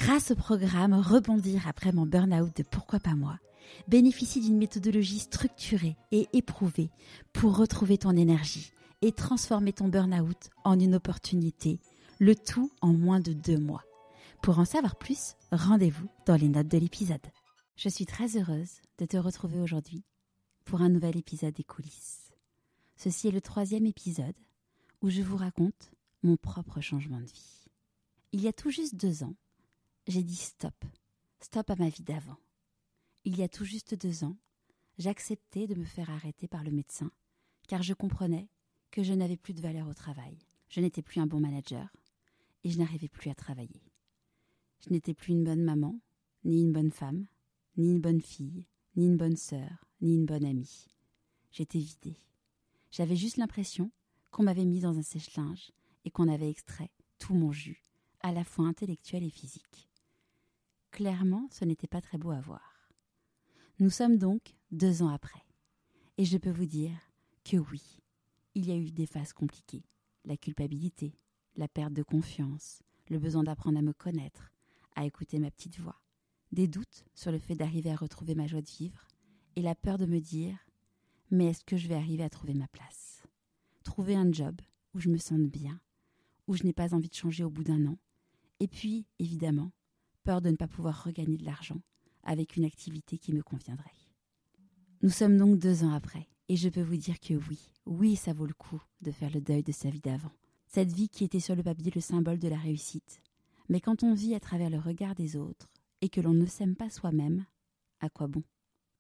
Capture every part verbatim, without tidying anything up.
grâce au programme Rebondir après mon burn-out de Pourquoi pas moi, bénéficie d'une méthodologie structurée et éprouvée pour retrouver ton énergie et transformer ton burn-out en une opportunité, le tout en moins de deux mois. Pour en savoir plus, rendez-vous dans les notes de l'épisode. Je suis très heureuse de te retrouver aujourd'hui pour un nouvel épisode des coulisses. Ceci est le troisième épisode où je vous raconte mon propre changement de vie. Il y a tout juste deux ans, j'ai dit stop, stop à ma vie d'avant. Il y a tout juste deux ans, j'acceptais de me faire arrêter par le médecin car je comprenais que je n'avais plus de valeur au travail. Je n'étais plus un bon manager et je n'arrivais plus à travailler. Je n'étais plus une bonne maman, ni une bonne femme, ni une bonne fille, ni une bonne sœur, ni une bonne amie. J'étais vidée. J'avais juste l'impression qu'on m'avait mis dans un sèche-linge et qu'on avait extrait tout mon jus, à la fois intellectuel et physique. Clairement, ce n'était pas très beau à voir. Nous sommes donc deux ans après. Et je peux vous dire que oui, il y a eu des phases compliquées. La culpabilité, la perte de confiance, le besoin d'apprendre à me connaître, à écouter ma petite voix, des doutes sur le fait d'arriver à retrouver ma joie de vivre et la peur de me dire « mais est-ce que je vais arriver à trouver ma place ?» Trouver un job où je me sente bien, où je n'ai pas envie de changer au bout d'un an. Et puis, évidemment, peur de ne pas pouvoir regagner de l'argent avec une activité qui me conviendrait. Nous sommes donc deux ans après, et je peux vous dire que oui, oui, ça vaut le coup de faire le deuil de sa vie d'avant. Cette vie qui était sur le papier le symbole de la réussite. Mais quand on vit à travers le regard des autres et que l'on ne s'aime pas soi-même, à quoi bon ?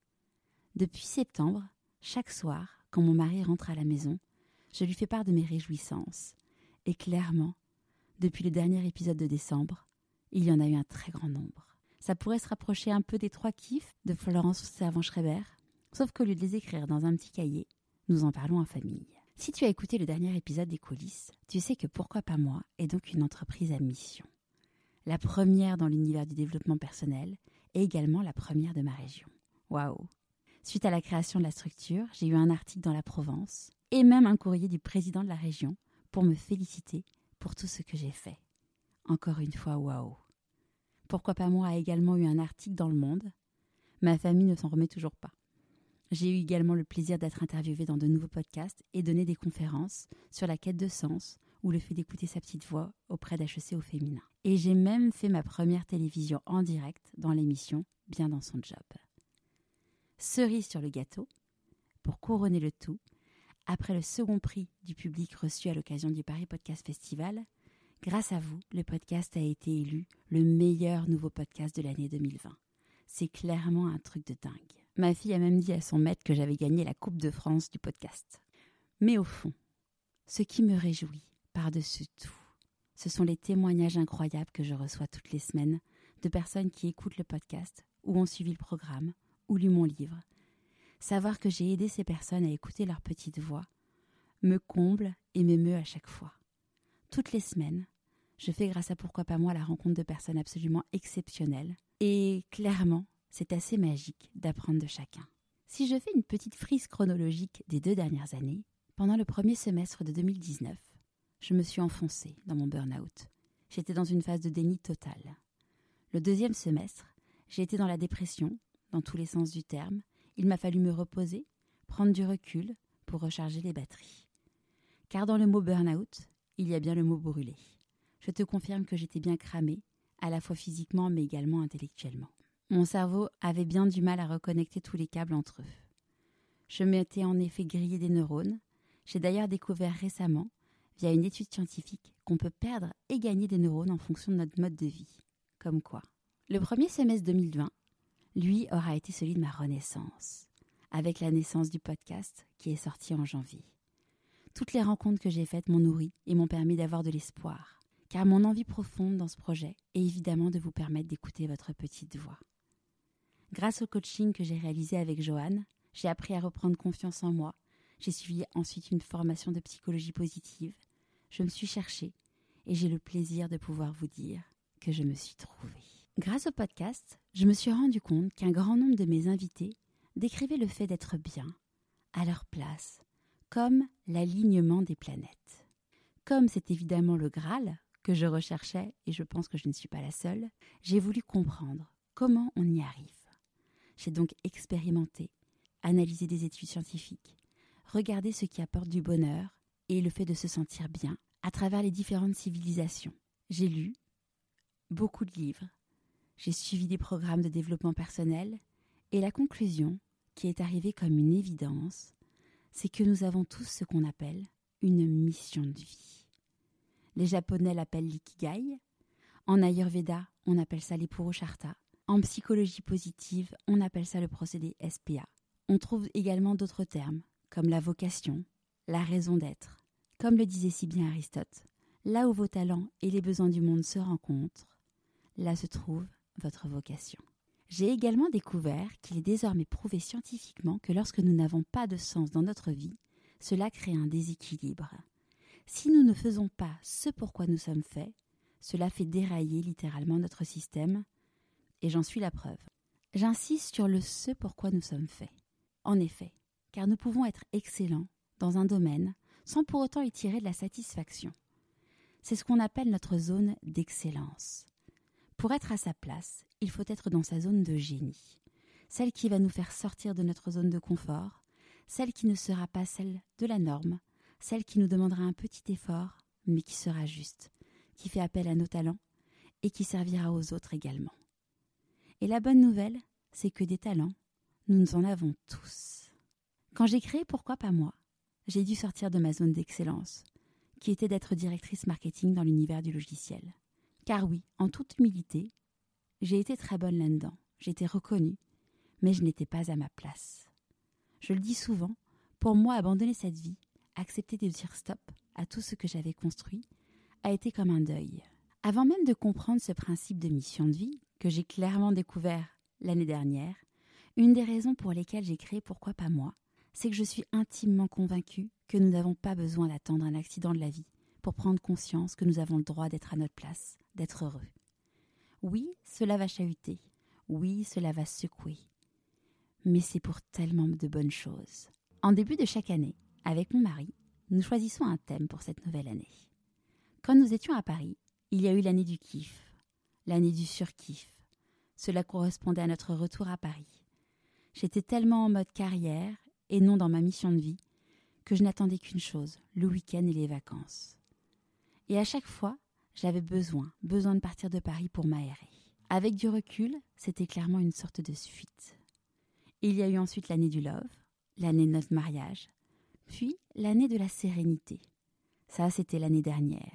Depuis septembre, chaque soir, quand mon mari rentre à la maison, je lui fais part de mes réjouissances. Et clairement, depuis le dernier épisode de décembre, il y en a eu un très grand nombre. Ça pourrait se rapprocher un peu des trois kiffs de Florence Servan-Schreiber, sauf qu'au lieu de les écrire dans un petit cahier, nous en parlons en famille. Si tu as écouté le dernier épisode des coulisses, tu sais que Pourquoi pas moi est donc une entreprise à mission. La première dans l'univers du développement personnel et également la première de ma région. Waouh! Suite à la création de la structure, j'ai eu un article dans la Provence et même un courrier du président de la région pour me féliciter pour tout ce que j'ai fait. Encore une fois, waouh! Pourquoi pas moi a également eu un article dans Le Monde. Ma famille ne s'en remet toujours pas. J'ai eu également le plaisir d'être interviewée dans de nouveaux podcasts et donner des conférences sur la quête de sens ou le fait d'écouter sa petite voix auprès d'H E C au féminin. Et j'ai même fait ma première télévision en direct dans l'émission Bien dans son job. Cerise sur le gâteau, pour couronner le tout, après le second prix du public reçu à l'occasion du Paris Podcast Festival, grâce à vous, le podcast a été élu le meilleur nouveau podcast de l'année deux mille vingt. C'est clairement un truc de dingue. Ma fille a même dit à son maître que j'avais gagné la Coupe de France du podcast. Mais au fond, ce qui me réjouit par-dessus tout, ce sont les témoignages incroyables que je reçois toutes les semaines de personnes qui écoutent le podcast ou ont suivi le programme ou lu mon livre. Savoir que j'ai aidé ces personnes à écouter leur petite voix me comble et m'émeut à chaque fois. Toutes les semaines, je fais grâce à Pourquoi pas moi la rencontre de personnes absolument exceptionnelles. Et clairement, c'est assez magique d'apprendre de chacun. Si je fais une petite frise chronologique des deux dernières années, pendant le premier semestre de deux mille dix-neuf, je me suis enfoncée dans mon burn-out. J'étais dans une phase de déni total. Le deuxième semestre, j'ai été dans la dépression, dans tous les sens du terme. Il m'a fallu me reposer, prendre du recul pour recharger les batteries. Car dans le mot burn-out, il y a bien le mot brûlé. Je te confirme que j'étais bien cramée, à la fois physiquement mais également intellectuellement. Mon cerveau avait bien du mal à reconnecter tous les câbles entre eux. Je m'étais en effet grillé des neurones. J'ai d'ailleurs découvert récemment, via une étude scientifique, qu'on peut perdre et gagner des neurones en fonction de notre mode de vie. Comme quoi. Le premier semestre deux mille vingt, lui, aura été celui de ma renaissance, avec la naissance du podcast qui est sorti en janvier. Toutes les rencontres que j'ai faites m'ont nourri et m'ont permis d'avoir de l'espoir, car mon envie profonde dans ce projet est évidemment de vous permettre d'écouter votre petite voix. Grâce au coaching que j'ai réalisé avec Joanne, j'ai appris à reprendre confiance en moi. J'ai suivi ensuite une formation de psychologie positive. Je me suis cherchée et j'ai le plaisir de pouvoir vous dire que je me suis trouvée. Grâce au podcast, je me suis rendu compte qu'un grand nombre de mes invités décrivaient le fait d'être bien, à leur place, comme l'alignement des planètes. Comme c'est évidemment le Graal, que je recherchais, et je pense que je ne suis pas la seule, j'ai voulu comprendre comment on y arrive. J'ai donc expérimenté, analysé des études scientifiques, regardé ce qui apporte du bonheur et le fait de se sentir bien à travers les différentes civilisations. J'ai lu beaucoup de livres, j'ai suivi des programmes de développement personnel et la conclusion, qui est arrivée comme une évidence, c'est que nous avons tous ce qu'on appelle une mission de vie. Les Japonais l'appellent l'ikigai, en Ayurveda, on appelle ça les Purushartha, en psychologie positive, on appelle ça le procédé S P A. On trouve également d'autres termes, comme la vocation, la raison d'être. Comme le disait si bien Aristote, là où vos talents et les besoins du monde se rencontrent, là se trouve votre vocation. J'ai également découvert qu'il est désormais prouvé scientifiquement que lorsque nous n'avons pas de sens dans notre vie, cela crée un déséquilibre. Si nous ne faisons pas ce pourquoi nous sommes faits, cela fait dérailler littéralement notre système, et j'en suis la preuve. J'insiste sur le ce pourquoi nous sommes faits. En effet, car nous pouvons être excellents dans un domaine sans pour autant y tirer de la satisfaction. C'est ce qu'on appelle notre zone d'excellence. Pour être à sa place, il faut être dans sa zone de génie, celle qui va nous faire sortir de notre zone de confort, celle qui ne sera pas celle de la norme, celle qui nous demandera un petit effort, mais qui sera juste, qui fait appel à nos talents et qui servira aux autres également. Et la bonne nouvelle, c'est que des talents, nous en avons tous. Quand j'ai créé Pourquoi pas moi, j'ai dû sortir de ma zone d'excellence, qui était d'être directrice marketing dans l'univers du logiciel. Car oui, en toute humilité, j'ai été très bonne là-dedans, j'ai été reconnue, mais je n'étais pas à ma place. Je le dis souvent, pour moi, abandonner cette vie, accepter de dire stop à tout ce que j'avais construit, a été comme un deuil. Avant même de comprendre ce principe de mission de vie, que j'ai clairement découvert l'année dernière, une des raisons pour lesquelles j'ai créé Pourquoi pas moi, c'est que je suis intimement convaincue que nous n'avons pas besoin d'attendre un accident de la vie pour prendre conscience que nous avons le droit d'être à notre place, d'être heureux. Oui, cela va chahuter, oui, cela va secouer, mais c'est pour tellement de bonnes choses. En début de chaque année, avec mon mari, nous choisissons un thème pour cette nouvelle année. Quand nous étions à Paris, il y a eu l'année du kiff, l'année du surkiff. Cela correspondait à notre retour à Paris. J'étais tellement en mode carrière et non dans ma mission de vie que je n'attendais qu'une chose, le week-end et les vacances. Et à chaque fois, j'avais besoin, besoin de partir de Paris pour m'aérer. Avec du recul, c'était clairement une sorte de fuite. Il y a eu ensuite l'année du love, l'année de notre mariage, puis l'année de la sérénité. Ça, c'était l'année dernière.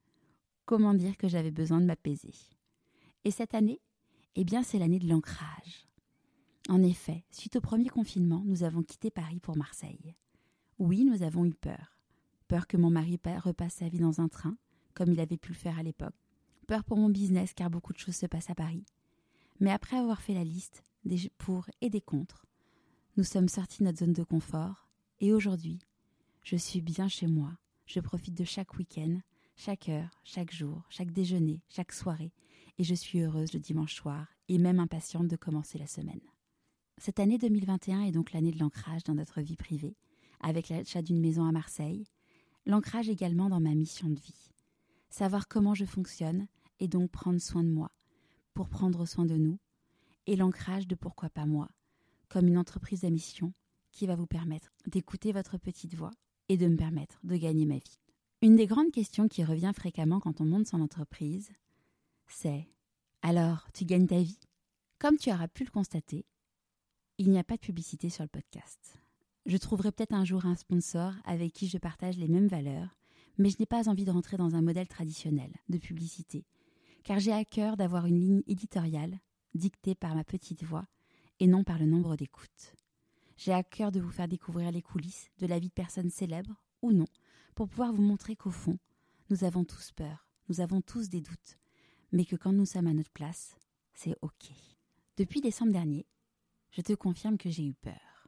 Comment dire que j'avais besoin de m'apaiser? Et cette année, eh bien, c'est l'année de l'ancrage. En effet, suite au premier confinement, nous avons quitté Paris pour Marseille. Oui, nous avons eu peur. Peur que mon mari repasse sa vie dans un train, comme il avait pu le faire à l'époque. Peur pour mon business, car beaucoup de choses se passent à Paris. Mais après avoir fait la liste des pour et des contre, nous sommes sortis de notre zone de confort, et aujourd'hui, je suis bien chez moi. Je profite de chaque week-end, chaque heure, chaque jour, chaque déjeuner, chaque soirée, et je suis heureuse le dimanche soir, et même impatiente de commencer la semaine. Cette année deux mille vingt et un est donc l'année de l'ancrage dans notre vie privée, avec l'achat d'une maison à Marseille, l'ancrage également dans ma mission de vie. Savoir comment je fonctionne et donc prendre soin de moi, pour prendre soin de nous, et l'ancrage de Pourquoi pas moi, comme une entreprise à mission qui va vous permettre d'écouter votre petite voix et de me permettre de gagner ma vie. Une des grandes questions qui revient fréquemment quand on monte son entreprise, c'est « Alors, tu gagnes ta vie ?» Comme tu auras pu le constater, il n'y a pas de publicité sur le podcast. Je trouverai peut-être un jour un sponsor avec qui je partage les mêmes valeurs, mais je n'ai pas envie de rentrer dans un modèle traditionnel de publicité, car j'ai à cœur d'avoir une ligne éditoriale dictée par ma petite voix et non par le nombre d'écoutes. J'ai à cœur de vous faire découvrir les coulisses de la vie de personnes célèbres ou non, pour pouvoir vous montrer qu'au fond, nous avons tous peur, nous avons tous des doutes, mais que quand nous sommes à notre place, c'est OK. Depuis décembre dernier, je te confirme que j'ai eu peur.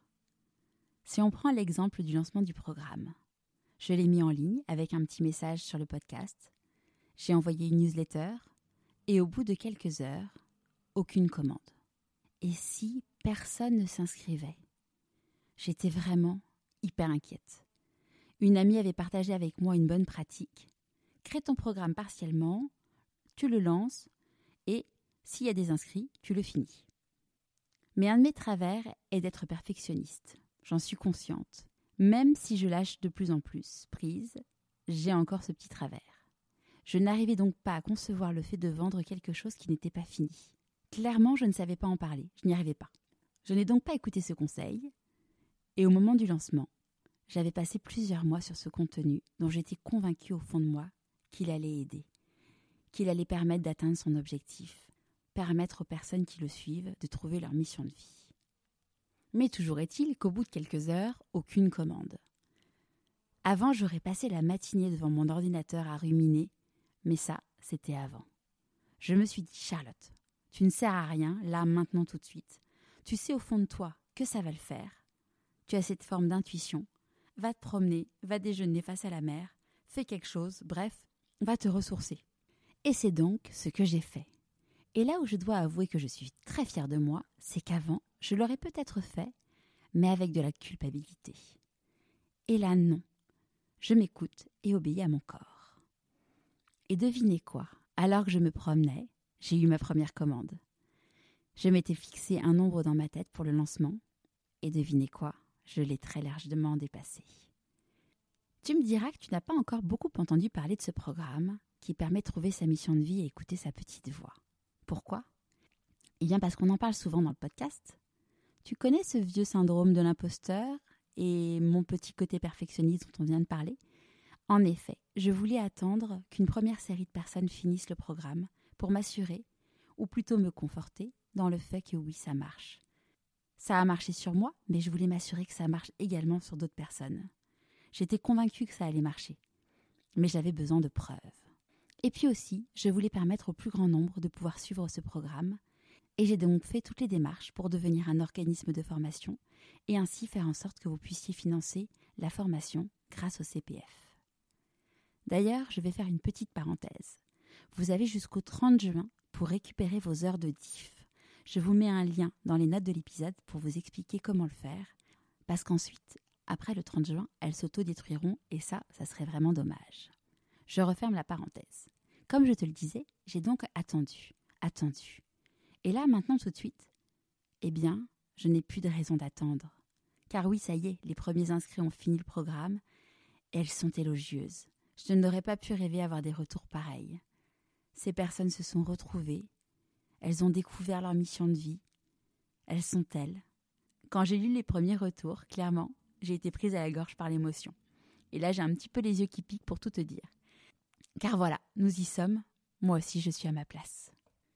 Si on prend l'exemple du lancement du programme, je l'ai mis en ligne avec un petit message sur le podcast, j'ai envoyé une newsletter et au bout de quelques heures, aucune commande. Et si personne ne s'inscrivait? J'étais vraiment hyper inquiète. Une amie avait partagé avec moi une bonne pratique crée ton programme partiellement, tu le lances et s'il y a des inscrits, tu le finis. Mais un de mes travers est d'être perfectionniste. J'en suis consciente. Même si je lâche de plus en plus prise, j'ai encore ce petit travers. Je n'arrivais donc pas à concevoir le fait de vendre quelque chose qui n'était pas fini. Clairement, je ne savais pas en parler, je n'y arrivais pas. Je n'ai donc pas écouté ce conseil, et au moment du lancement, j'avais passé plusieurs mois sur ce contenu dont j'étais convaincue au fond de moi qu'il allait aider, qu'il allait permettre d'atteindre son objectif, permettre aux personnes qui le suivent de trouver leur mission de vie. Mais toujours est-il qu'au bout de quelques heures, aucune commande. Avant, j'aurais passé la matinée devant mon ordinateur à ruminer, mais ça, c'était avant. Je me suis dit, Charlotte, tu ne sers à rien, là, maintenant, tout de suite. Tu sais au fond de toi que ça va le faire. Tu as cette forme d'intuition. Va te promener, va déjeuner face à la mer, fais quelque chose, bref, va te ressourcer. Et c'est donc ce que j'ai fait. Et là où je dois avouer que je suis très fière de moi, c'est qu'avant, je l'aurais peut-être fait, mais avec de la culpabilité. Et là, non. Je m'écoute et obéis à mon corps. Et devinez quoi? Alors que je me promenais, j'ai eu ma première commande. Je m'étais fixé un nombre dans ma tête pour le lancement, et devinez quoi? Je l'ai très largement dépassé. Tu me diras que tu n'as pas encore beaucoup entendu parler de ce programme qui permet de trouver sa mission de vie et écouter sa petite voix. Pourquoi? Eh bien parce qu'on en parle souvent dans le podcast. Tu connais ce vieux syndrome de l'imposteur et mon petit côté perfectionniste dont on vient de parler? En effet, je voulais attendre qu'une première série de personnes finisse le programme pour m'assurer, ou plutôt me conforter, dans le fait que oui, ça marche. Ça a marché sur moi, mais je voulais m'assurer que ça marche également sur d'autres personnes. J'étais convaincue que ça allait marcher, mais j'avais besoin de preuves. Et puis aussi, je voulais permettre au plus grand nombre de pouvoir suivre ce programme, et j'ai donc fait toutes les démarches pour devenir un organisme de formation et ainsi faire en sorte que vous puissiez financer la formation grâce au C P F. D'ailleurs, je vais faire une petite parenthèse. Vous avez jusqu'au trente juin pour récupérer vos heures de D I F. Je vous mets un lien dans les notes de l'épisode pour vous expliquer comment le faire, parce qu'ensuite, après le trente juin, elles s'autodétruiront et ça, ça serait vraiment dommage. Je referme la parenthèse. Comme je te le disais, j'ai donc attendu, attendu. Et là, maintenant, tout de suite, eh bien, je n'ai plus de raison d'attendre. Car oui, ça y est, les premiers inscrits ont fini le programme et elles sont élogieuses. Je n'aurais pas pu rêver avoir des retours pareils. Ces personnes se sont retrouvées, elles ont découvert leur mission de vie, elles sont elles. Quand j'ai lu les premiers retours, clairement, j'ai été prise à la gorge par l'émotion. Et là, j'ai un petit peu les yeux qui piquent pour tout te dire. Car voilà, nous y sommes, moi aussi je suis à ma place.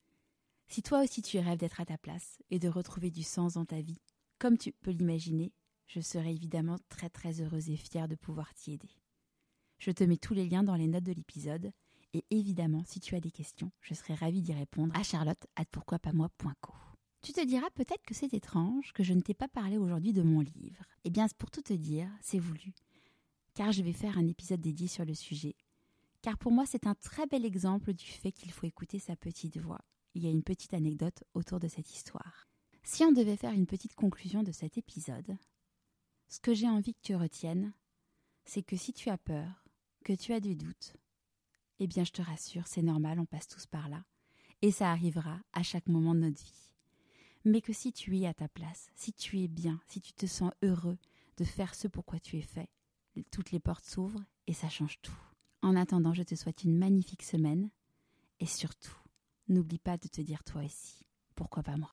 Si toi aussi tu rêves d'être à ta place et de retrouver du sens dans ta vie, comme tu peux l'imaginer, je serai évidemment très très heureuse et fière de pouvoir t'y aider. Je te mets tous les liens dans les notes de l'épisode et évidemment, si tu as des questions, je serai ravie d'y répondre à charlotte arobase pourquoi pas moi point co. Tu te diras peut-être que c'est étrange que je ne t'ai pas parlé aujourd'hui de mon livre. Eh bien, pour tout te dire, c'est voulu, car je vais faire un épisode dédié sur le sujet. Car pour moi, c'est un très bel exemple du fait qu'il faut écouter sa petite voix. Il y a une petite anecdote autour de cette histoire. Si on devait faire une petite conclusion de cet épisode, ce que j'ai envie que tu retiennes, c'est que si tu as peur, que tu as des doutes, eh bien je te rassure, c'est normal, on passe tous par là, et ça arrivera à chaque moment de notre vie. Mais que si tu es à ta place, si tu es bien, si tu te sens heureux de faire ce pour quoi tu es fait, toutes les portes s'ouvrent et ça change tout. En attendant, je te souhaite une magnifique semaine et surtout, n'oublie pas de te dire toi aussi, pourquoi pas moi.